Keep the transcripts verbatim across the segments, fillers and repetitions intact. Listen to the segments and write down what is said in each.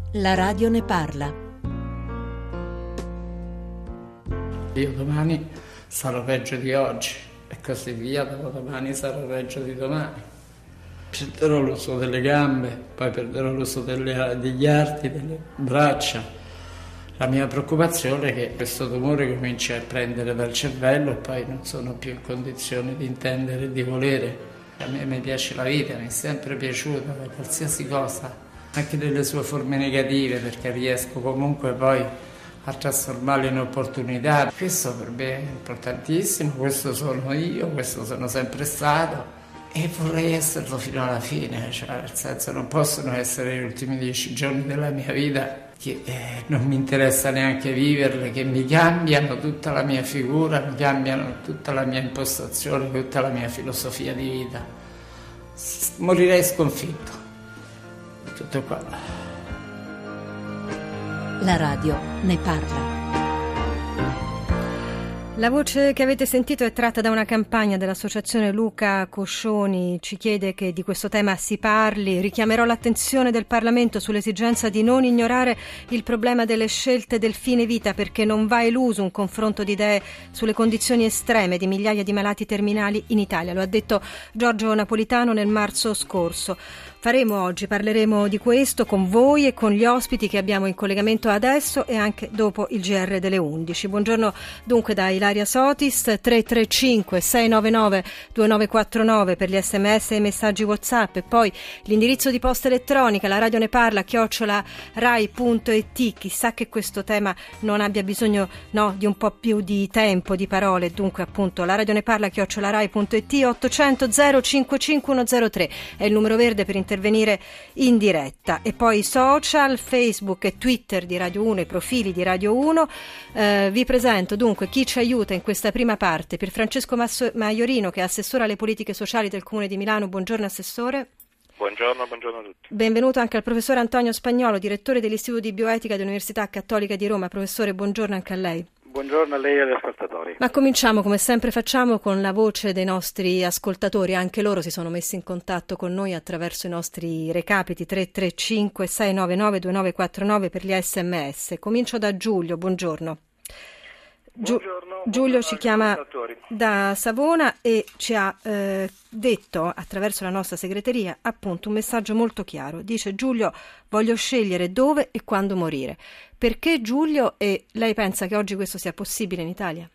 La radio ne parla. Io domani sarò peggio di oggi e così via, dopodomani sarò peggio di domani. Perderò l'uso delle gambe, poi perderò l'uso delle, degli arti, delle braccia. La mia preoccupazione è che questo tumore cominci a prendere dal cervello e poi non sono più in condizione di intendere e di volere. A me mi piace la vita, mi è sempre piaciuta da qualsiasi cosa, anche nelle sue forme negative, perché riesco comunque poi a trasformarle in opportunità. Questo per me è importantissimo, questo sono io, questo sono sempre stato e vorrei esserlo fino alla fine, cioè nel senso non possono essere gli ultimi dieci giorni della mia vita che eh, non mi interessa neanche viverle, che mi cambiano tutta la mia figura, mi cambiano tutta la mia impostazione, tutta la mia filosofia di vita. Morirei sconfitto. Tutto qua. La radio ne parla. La voce che avete sentito è tratta da una campagna dell'associazione Luca Coscioni. Ci chiede che di questo tema si parli. Richiamerò l'attenzione del Parlamento sull'esigenza di non ignorare il problema delle scelte del fine vita, perché non va eluso un confronto di idee sulle condizioni estreme di migliaia di malati terminali in Italia. Lo ha detto Giorgio Napolitano nel marzo scorso. Faremo oggi, parleremo di questo con voi e con gli ospiti che abbiamo in collegamento adesso e anche dopo il G R delle undici. Buongiorno dunque da Ilaria Sotis, tre tre cinque sei nove nove due nove quattro nove per gli sms e i messaggi WhatsApp, e poi l'indirizzo di posta elettronica, la radio ne parla, chiocciola rai punto it. Chissà che questo tema non abbia bisogno no, di un po' più di tempo, di parole, dunque appunto la radio ne parla, chiocciola rai punto it. Ottocento zero cinque cinque uno zero tre è il numero verde per intervenire in diretta, e poi i social, Facebook e Twitter di Radio uno, i profili di Radio uno. Eh, vi presento dunque chi ci aiuta in questa prima parte: Pierfrancesco Masso- Maiorino, che è assessore alle politiche sociali del Comune di Milano. Buongiorno assessore. Buongiorno, buongiorno a tutti. Benvenuto anche al professore Antonio Spagnolo, direttore dell'Istituto di Bioetica dell'Università Cattolica di Roma. Professore, buongiorno anche a lei. Buongiorno a lei e agli ascoltatori. Ma cominciamo come sempre facciamo con la voce dei nostri ascoltatori. Anche loro si sono messi in contatto con noi attraverso i nostri recapiti tre tre cinque sei nove nove due nove quattro nove per gli sms. Comincio da Giulio, buongiorno. Giu- buongiorno Giulio ci chiama da Savona e ci ha eh, detto attraverso la nostra segreteria appunto un messaggio molto chiaro. Dice: Giulio, voglio scegliere dove e quando morire. Perché, Giulio, e lei pensa che oggi questo sia possibile in Italia?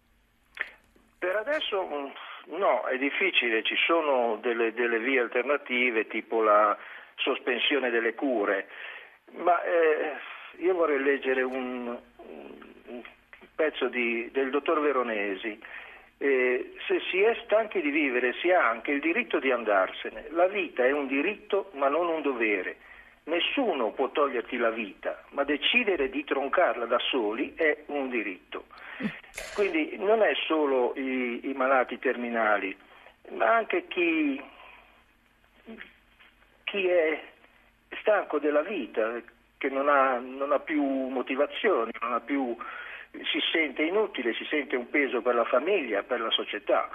Per adesso no, è difficile, ci sono delle, delle vie alternative tipo la sospensione delle cure, ma eh, io vorrei leggere un, un pezzo di, del dottor Veronesi. Eh, se si è stanchi di vivere si ha anche il diritto di andarsene. La vita è un diritto ma non un dovere. Nessuno può toglierti la vita, ma decidere di troncarla da soli è un diritto. Quindi non è solo i, i malati terminali, ma anche chi, chi è stanco della vita, che non ha, non ha più motivazioni, non ha più, si sente inutile, si sente un peso per la famiglia, per la società.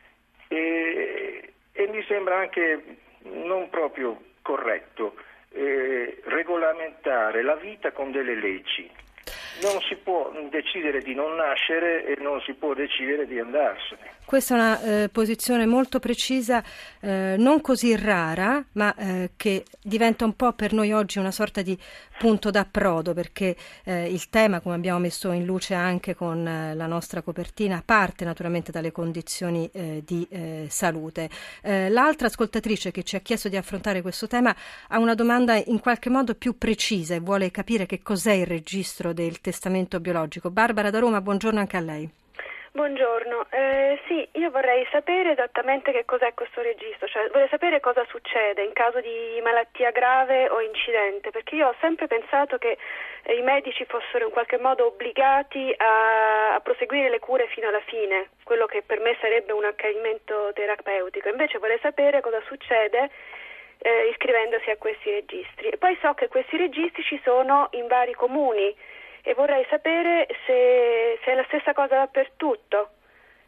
E, e mi sembra anche non proprio corretto Eh, regolamentare la vita con delle leggi. Non si può decidere di non nascere e non si può decidere di andarsene. Questa è una eh, posizione molto precisa, eh, non così rara, ma eh, che diventa un po' per noi oggi una sorta di punto d'approdo, perché eh, il tema, come abbiamo messo in luce anche con eh, la nostra copertina, parte naturalmente dalle condizioni eh, di eh, salute. Eh, l'altra ascoltatrice che ci ha chiesto di affrontare questo tema ha una domanda in qualche modo più precisa e vuole capire che cos'è il registro del testamento biologico. Barbara da Roma, buongiorno anche a lei. Buongiorno, eh, sì, io vorrei sapere esattamente che cos'è questo registro, cioè vorrei sapere cosa succede in caso di malattia grave o incidente, perché io ho sempre pensato che eh, i medici fossero in qualche modo obbligati a, a proseguire le cure fino alla fine, quello che per me sarebbe un accanimento terapeutico. Invece vorrei sapere cosa succede eh, iscrivendosi a questi registri. E poi so che questi registri ci sono in vari comuni, e vorrei sapere se, se è la stessa cosa dappertutto,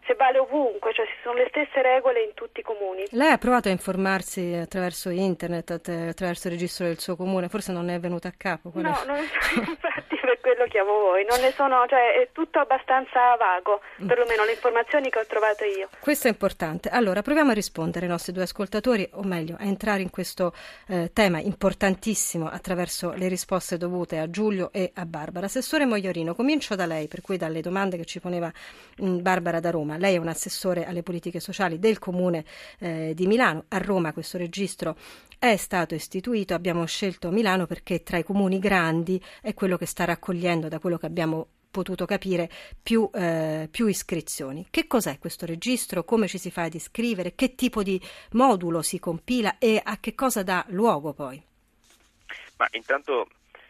se vale ovunque, cioè ci sono le stesse regole in tutti i comuni. Lei ha provato a informarsi attraverso internet, attraverso il registro del suo comune? Forse non ne è venuta a capo? Qual No, è? non, infatti per quello chiamo voi, non ne sono, cioè è tutto abbastanza vago, perlomeno le informazioni che ho trovato io. Questo è importante. Allora, proviamo a rispondere ai nostri due ascoltatori, o meglio, a entrare in questo eh, tema importantissimo attraverso le risposte dovute a Giulio e a Barbara. Assessore Mogliorino, comincio da lei, per cui dalle domande che ci poneva mh, Barbara da Roma. Lei è un assessore alle politiche sociali del Comune eh, di Milano. A Roma questo registro è stato istituito. Abbiamo scelto Milano perché tra i comuni grandi è quello che sta raccogliendo, da quello che abbiamo potuto capire, più, eh, più iscrizioni. Che cos'è questo registro? Come ci si fa ad iscrivere? Che tipo di modulo si compila e a che cosa dà luogo poi? Ma intanto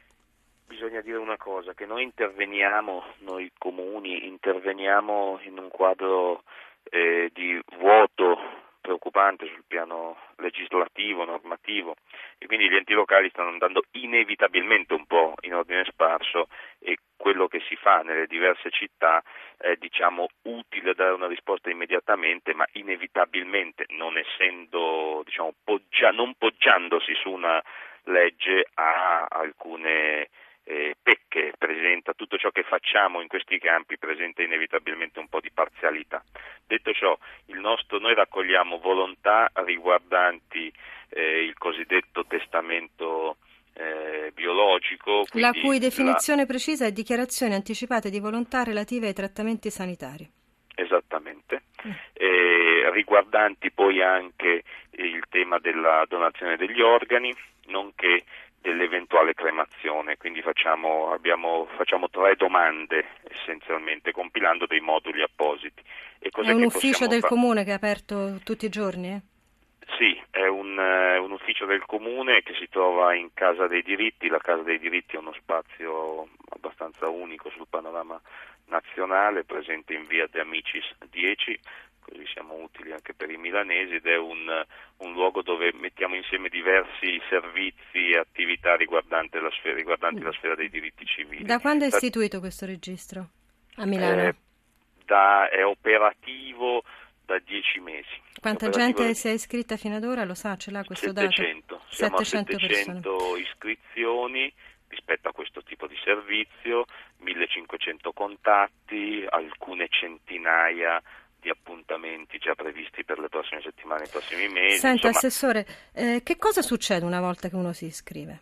bisogna dire una cosa, che noi interveniamo, noi comuni, interveniamo in un quadro eh, di vuoto preoccupante sul piano legislativo, normativo, e quindi gli enti locali stanno andando inevitabilmente un po' in ordine sparso e quello che si fa nelle diverse città è diciamo utile dare una risposta immediatamente, ma inevitabilmente non essendo diciamo poggia, non poggiandosi su una legge ha alcune Eh, pecche, presenta tutto ciò che facciamo in questi campi presenta inevitabilmente un po' di parzialità. Detto ciò, il nostro, noi raccogliamo volontà riguardanti eh, il cosiddetto testamento eh, biologico, la cui definizione la... precisa è dichiarazioni anticipate di volontà relative ai trattamenti sanitari. Esattamente, mm. eh, riguardanti poi anche il tema della donazione degli organi, nonché dell'eventuale cremazione, quindi facciamo, abbiamo, facciamo tre domande essenzialmente, compilando dei moduli appositi. E cos'è è un che ufficio del fa- comune che è aperto tutti i giorni? Eh? Sì, è un, uh, un ufficio del comune che si trova in Casa dei Diritti. La Casa dei Diritti è uno spazio abbastanza unico sul panorama nazionale, presente in via De Amicis dieci, così siamo utili anche per i milanesi, ed è un, un luogo dove mettiamo insieme diversi servizi e attività riguardanti la sfera, riguardanti la sfera dei diritti civili. Da quando è istituito questo registro a Milano? Eh, da, è operativo da dieci mesi. Quanta gente da... si è iscritta fino ad ora? Lo sa, ce l'ha questo settecento. dato? Siamo settecento a settecento persone. iscrizioni rispetto a questo tipo di servizio, millecinquecento contatti, alcune centinaia di appuntamenti già previsti per le prossime settimane, i prossimi mesi. Senta, Insomma, Assessore, eh, che cosa succede una volta che uno si iscrive?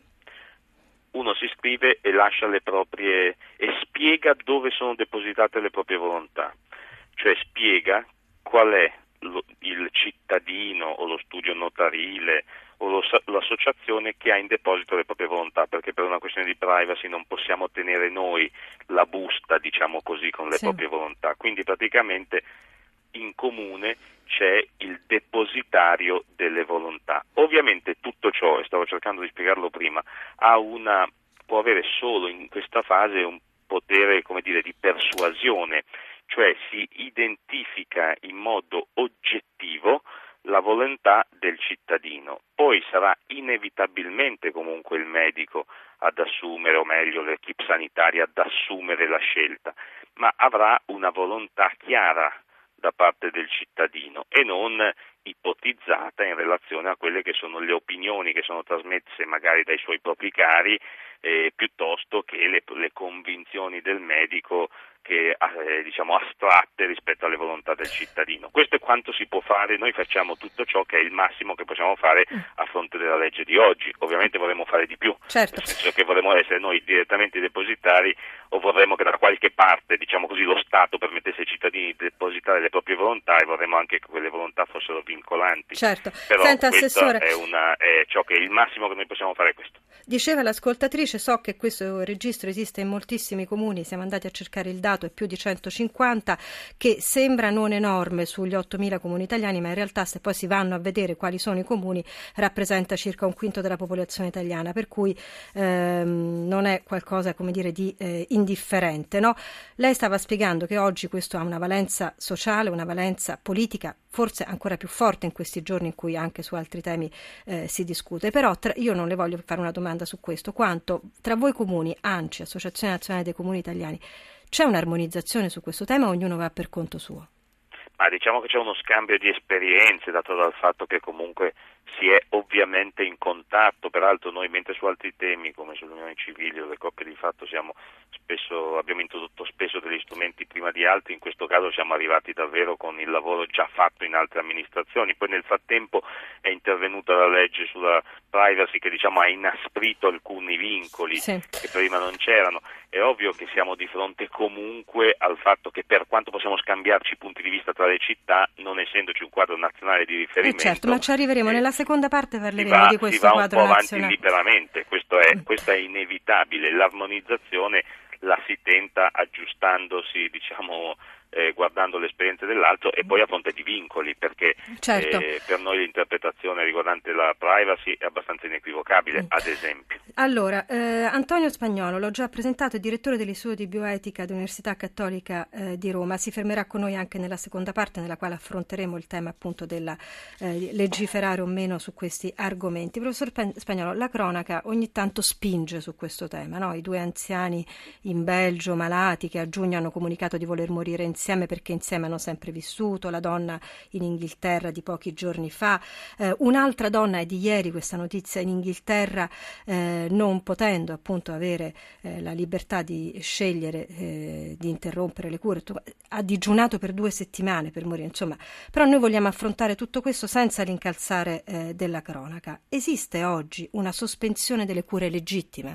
Uno si iscrive e lascia le proprie e spiega dove sono depositate le proprie volontà, cioè spiega qual è lo, il cittadino o lo studio notarile o lo, l'associazione che ha in deposito le proprie volontà, perché per una questione di privacy non possiamo tenere noi la busta, diciamo così, con le sì. proprie volontà. Quindi praticamente in comune c'è il depositario delle volontà. Ovviamente tutto ciò, e stavo cercando di spiegarlo prima, ha una, può avere solo in questa fase un potere, come dire, di persuasione, cioè si identifica in modo oggettivo la volontà del cittadino. Poi sarà inevitabilmente comunque il medico ad assumere, o meglio l'equipe sanitaria ad assumere la scelta, ma avrà una volontà chiara da parte del cittadino e non ipotizzata in relazione a quelle che sono le opinioni che sono trasmesse magari dai suoi propri cari, eh, piuttosto che le, le convinzioni del medico che eh, diciamo astratte rispetto alle volontà del cittadino. Questo è quanto si può fare. Noi facciamo tutto ciò che è il massimo che possiamo fare a fronte della legge di oggi. Ovviamente vorremmo fare di più, certo. Nel senso che vorremmo essere noi direttamente depositari, o vorremmo che da qualche parte, diciamo così, lo Stato permettesse ai cittadini di depositare le proprie volontà, e vorremmo anche che quelle volontà fossero vincolanti. Certo. Però Senta, questo Assessore, è, una, è ciò che è il massimo che noi possiamo fare, è questo. Diceva l'ascoltatrice, so che questo registro esiste in moltissimi comuni, siamo andati a cercare il dato, è più di centocinquanta, che sembra non enorme sugli ottomila comuni italiani, ma in realtà se poi si vanno a vedere quali sono i comuni rappresenta circa un quinto della popolazione italiana, per cui ehm, non è qualcosa, come dire, di eh, indifferente, no? Lei stava spiegando che oggi questo ha una valenza sociale, una valenza politica, forse ancora più forte in questi giorni in cui anche su altri temi eh, si discute, però tra, io non le voglio fare una domanda su questo, quanto tra voi comuni, ANCI, Associazione Nazionale dei Comuni Italiani, c'è un'armonizzazione su questo tema o ognuno va per conto suo? Ma diciamo che c'è uno scambio di esperienze dato dal fatto che comunque si è ovviamente in contatto, peraltro noi mentre su altri temi come sulle unioni civili o le coppie di fatto siamo spesso, abbiamo introdotto spesso degli strumenti prima di altri, in questo caso siamo arrivati davvero con il lavoro già fatto in altre amministrazioni, poi nel frattempo è intervenuta la legge sulla privacy che diciamo ha inasprito alcuni vincoli sì. che prima non c'erano. È ovvio che siamo di fronte comunque al fatto che per quanto possiamo scambiarci punti di vista tra le città, non essendoci un quadro nazionale di riferimento. Eh certo, ma ci arriveremo, eh, nella seconda parte parleremo va, di questo quadro nazionale. Si va un po' avanti liberamente, questo è, mm. questo è inevitabile, l'armonizzazione la si tenta aggiustandosi, diciamo, eh, guardando le esperienze dell'altro e poi a fronte di vincoli, perché certo. eh, per noi l'interpretazione riguardante la privacy è abbastanza inequivocabile, mm. ad esempio. Allora, eh, Antonio Spagnolo, l'ho già presentato, è direttore dell'Istituto di Bioetica dell'Università Cattolica eh, di Roma, si fermerà con noi anche nella seconda parte nella quale affronteremo il tema appunto della eh, legiferare o meno su questi argomenti. Professor Spagnolo, la cronaca ogni tanto spinge su questo tema, no? I due anziani in Belgio malati che a giugno hanno comunicato di voler morire insieme perché insieme hanno sempre vissuto, la donna in Inghilterra di pochi giorni fa, eh, un'altra donna è di ieri questa notizia in Inghilterra eh, non potendo appunto avere eh, la libertà di scegliere eh, di interrompere le cure, ha digiunato per due settimane per morire, insomma, però noi vogliamo affrontare tutto questo senza l'incalzare eh, della cronaca. Esiste oggi una sospensione delle cure legittime?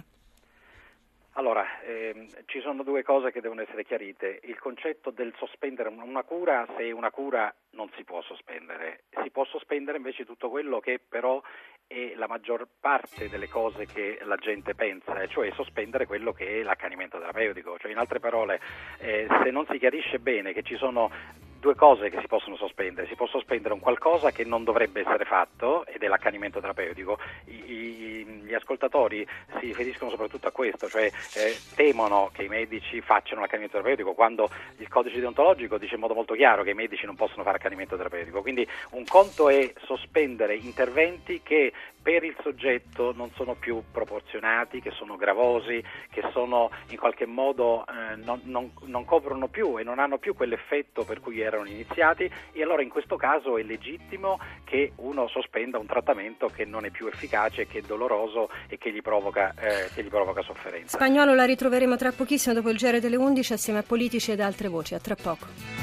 Allora, ehm, ci sono due cose che devono essere chiarite. Il concetto del sospendere una cura, se una cura non si può sospendere, si può sospendere invece tutto quello che però è la maggior parte delle cose che la gente pensa, cioè sospendere quello che è l'accanimento terapeutico. Cioè, in altre parole, eh, se non si chiarisce bene che ci sono due cose che si possono sospendere, si può sospendere un qualcosa che non dovrebbe essere fatto ed è l'accanimento terapeutico. I, i, gli ascoltatori si riferiscono soprattutto a questo, cioè eh, temono che i medici facciano l'accanimento terapeutico quando il codice deontologico dice in modo molto chiaro che i medici non possono fare accanimento terapeutico. Quindi un conto è sospendere interventi che per il soggetto non sono più proporzionati, che sono gravosi, che sono in qualche modo eh, non, non, non coprono più e non hanno più quell'effetto per cui erano iniziati, e allora in questo caso è legittimo che uno sospenda un trattamento che non è più efficace, che è doloroso e che gli provoca, eh, che gli provoca sofferenza. Spagnolo la ritroveremo tra pochissimo dopo il G R delle undici assieme a Politici ed altre voci. A tra poco.